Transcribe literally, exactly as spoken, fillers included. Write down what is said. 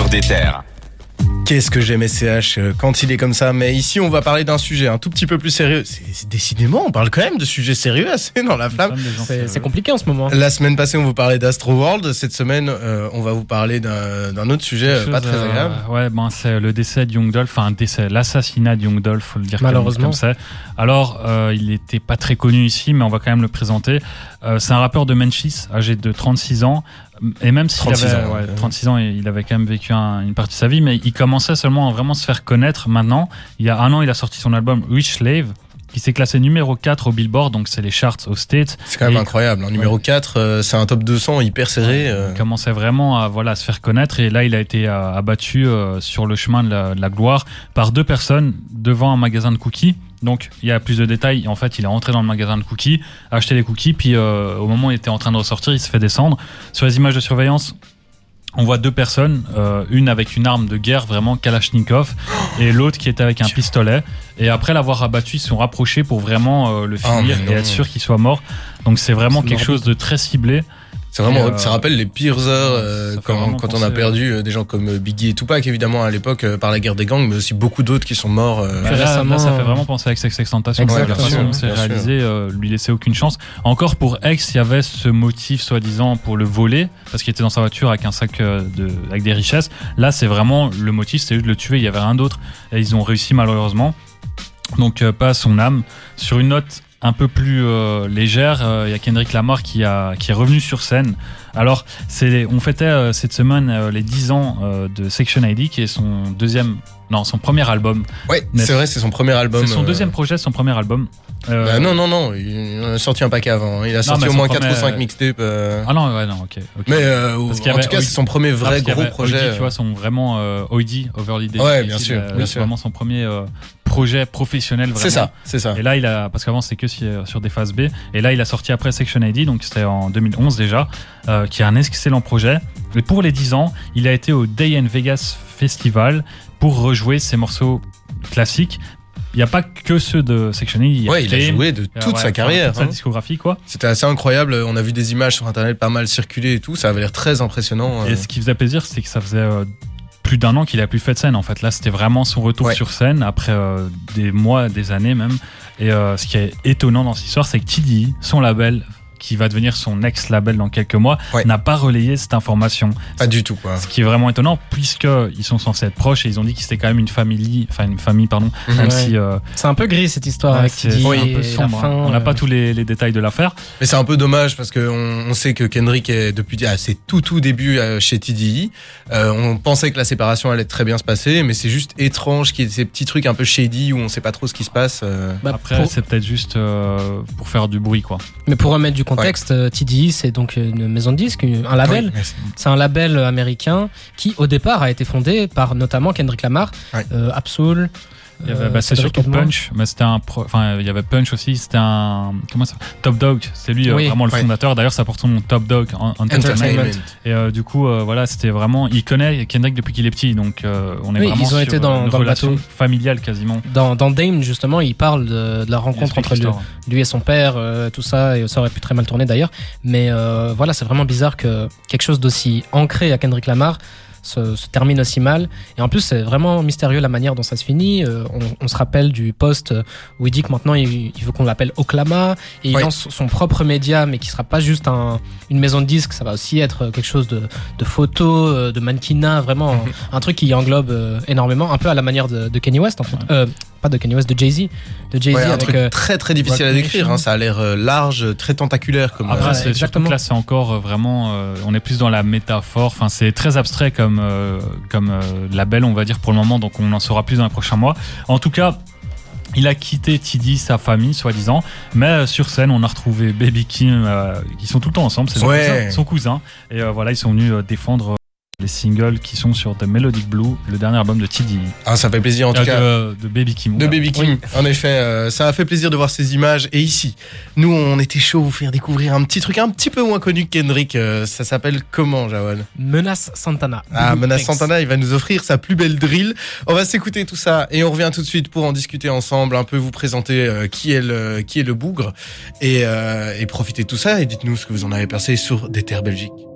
sur des terres. Qu'est-ce que j'aime S C H quand il est comme ça. Mais ici, on va parler d'un sujet un tout petit peu plus sérieux. C'est, c'est décidément, on parle quand même de sujets sérieux assez dans la flamme. C'est, c'est compliqué en ce moment. La semaine passée, on vous parlait d'Astroworld. Cette semaine, euh, on va vous parler d'un, d'un autre sujet chose, pas très agréable. Euh, ouais, ben c'est le décès de Young Dolph, enfin un décès, l'assassinat de Young Dolph, faut le dire malheureusement comme ça. Alors, euh, il était pas très connu ici, mais on va quand même le présenter. Euh, c'est un rappeur de Memphis, âgé de trente-six ans. Et même s'il avait ans, ouais, ouais. trente-six ans, il avait quand même vécu un, une partie de sa vie, mais il commençait seulement à vraiment se faire connaître maintenant. Il y a un an, il a sorti son album Rich Slave, qui s'est classé numéro quatre au Billboard, donc c'est les charts aux States. C'est quand même et incroyable. Hein. Numéro ouais. quatre, euh, c'est un top deux cents hyper serré. Euh... Il commençait vraiment à, voilà, à se faire connaître, et là, il a été euh, abattu euh, sur le chemin de la, de la gloire par deux personnes devant un magasin de cookies. Donc il y a plus de détails. En fait, il est rentré dans le magasin de cookies, a acheté les cookies, puis euh, au moment où il était en train de ressortir, il se fait descendre. Sur les images de surveillance, on voit deux personnes, euh, une avec une arme de guerre, vraiment Kalachnikov, et l'autre qui était avec un pistolet. Et après l'avoir abattu, ils se sont rapprochés pour vraiment euh, le finir oh, et être sûr qu'il soit mort. Donc c'est vraiment c'est quelque chose de très ciblé. C'est vraiment, euh, ça rappelle les pires heures euh, quand, quand on a perdu euh, des gens comme Biggie et Tupac, évidemment, à l'époque, euh, par la guerre des gangs, mais aussi beaucoup d'autres qui sont morts. Euh, là, récemment, là, ça fait vraiment penser à XXXTentacion. Ouais, la façon dont c'est réalisé, euh, lui laisser aucune chance. Encore pour X, il y avait ce motif, soi-disant, pour le voler, parce qu'il était dans sa voiture avec un sac de, avec des richesses. Là, c'est vraiment le motif, c'est juste de le tuer, il y avait rien d'autre. Et ils ont réussi, malheureusement. Donc, euh, pas à son âme. Sur une note un peu plus euh, légère, il euh, y a Kendrick Lamar qui, a, qui est revenu sur scène. Alors, c'est, on fêtait euh, cette semaine euh, les dix ans euh, de Section I D, qui est son deuxième, non, son premier album. Ouais, mais c'est vrai, c'est son premier album. C'est son euh... deuxième projet, son premier album. Euh... Bah non, non, non, il a sorti un paquet avant. Il a sorti non, au moins quatre premier... ou cinq mixtapes. Euh... Ah non, ouais, non, ok. okay. Mais euh, en tout cas, O I D, c'est son premier vrai ah, gros projet. O I D, tu vois, son vraiment euh, O I D, Overly Dedicated. Ouais, bien sûr. Euh, bien c'est sûr. vraiment son premier euh, projet professionnel. Vraiment. C'est ça, c'est ça. Et là, il a, parce qu'avant, c'est que sur des phases B. Et là, il a sorti après Section I D, donc c'était en deux mille onze déjà, euh, qui est un excellent projet. Et pour les dix ans, il a été au Day in Vegas Festival pour rejouer ses morceaux classiques. Il n'y a pas que ceux de Section I D. Il ouais, il a joué de toute ouais, sa carrière. Toute hein. sa discographie, quoi. C'était assez incroyable. On a vu des images sur Internet pas mal circuler et tout. Ça avait l'air très impressionnant. Et ce qui faisait plaisir, c'est que ça faisait euh, plus d'un an qu'il a plus fait de scène. En fait, là, c'était vraiment son retour ouais. sur scène après euh, des mois, des années même. Et euh, ce qui est étonnant dans cette histoire, c'est que T D E, son label, qui va devenir son ex-label dans quelques mois, ouais. n'a pas relayé cette information. Pas du tout, quoi. Ce qui est vraiment étonnant, puisqu'ils sont censés être proches et ils ont dit que c'était quand même une famille, enfin une famille, pardon, mmh, même ouais. si... Euh, c'est un peu gris, cette histoire ouais, avec T D E. Oui, un peu sombre. Fin, on n'a euh... pas tous les, les détails de l'affaire. Mais c'est un peu dommage, parce qu'on on sait que Kendrick est depuis à ses tout tout débuts chez T D E. Euh, on pensait que la séparation allait très bien se passer, mais c'est juste étrange qu'il y ait ces petits trucs un peu shady où on sait pas trop ce qui se passe. Euh... Bah, Après, pour... c'est peut-être juste euh, pour faire du bruit, quoi. Mais pour remettre du contexte, ouais. T D E, c'est donc une maison de disques, un label. Oui, c'est un label américain qui, au départ, a été fondé par notamment Kendrick Lamar, ouais. euh, Absol. Il y avait, bah, c'est surtout Punch, mais c'était un, pro... enfin, il y avait Punch aussi, c'était un, comment ça, Top Dog, c'est lui oui, euh, vraiment le ouais. fondateur. D'ailleurs, ça porte son nom, Top Dog Entertainment. Entertainment. Et euh, du coup, euh, voilà, c'était vraiment, il connaît Kendrick depuis qu'il est petit, donc euh, on est oui, vraiment ils ont sur été dans, une dans relation le bateau. familiale quasiment. Dans, dans Dame, justement, il parle de, de la rencontre entre lui, lui et son père, euh, tout ça, et ça aurait pu très mal tourner d'ailleurs. Mais euh, voilà, c'est vraiment bizarre que quelque chose d'aussi ancré à Kendrick Lamar Se, se termine aussi mal, et en plus c'est vraiment mystérieux la manière dont ça se finit. euh, on, on se rappelle du post où il dit que maintenant il, il veut qu'on l'appelle Oklama, et il oui. lance son propre média, mais qui sera pas juste un, une maison de disques, ça va aussi être quelque chose de, de photos, de mannequinat, vraiment mm-hmm. un, un truc qui englobe euh, énormément, un peu à la manière de, de Kanye West en fait. Ouais. Euh, pas de Kanye West, de Jay-Z, de Jay-Z ouais, un avec truc euh, très très difficile à décrire, hein, ça a l'air euh, large, très tentaculaire comme. Après, euh, c'est surtout que là c'est encore euh, vraiment, euh, on est plus dans la métaphore. Enfin, c'est très abstrait comme euh, comme euh, label, on va dire pour le moment. Donc on en saura plus dans les prochains mois. En tout cas. Il a quitté T D E, sa famille, soi-disant, mais euh, sur scène, on a retrouvé Baby Kim, euh, qui sont tout le temps ensemble, c'est ouais. son, cousin, son cousin, et euh, voilà, ils sont venus euh, défendre euh, les singles qui sont sur The Melodic Blue, le dernier album de T D E. Ah, ça fait plaisir en tout euh, cas. De, de Baby Kim. De ouais. Baby Kim, oui. En effet, euh, ça a fait plaisir de voir ces images. Et ici, nous, on était chaud vous faire découvrir un petit truc un petit peu moins connu que Kendrick. Euh, ça s'appelle comment, Jawad ? Menace Santana. Ah, Menace Santana, il va nous offrir sa plus belle drill. On va s'écouter tout ça et on revient tout de suite pour en discuter ensemble, un peu vous présenter euh, qui est le qui est le bougre et, euh, et profiter de tout ça. Et dites-nous ce que vous en avez pensé sur Des Terres Belgiques.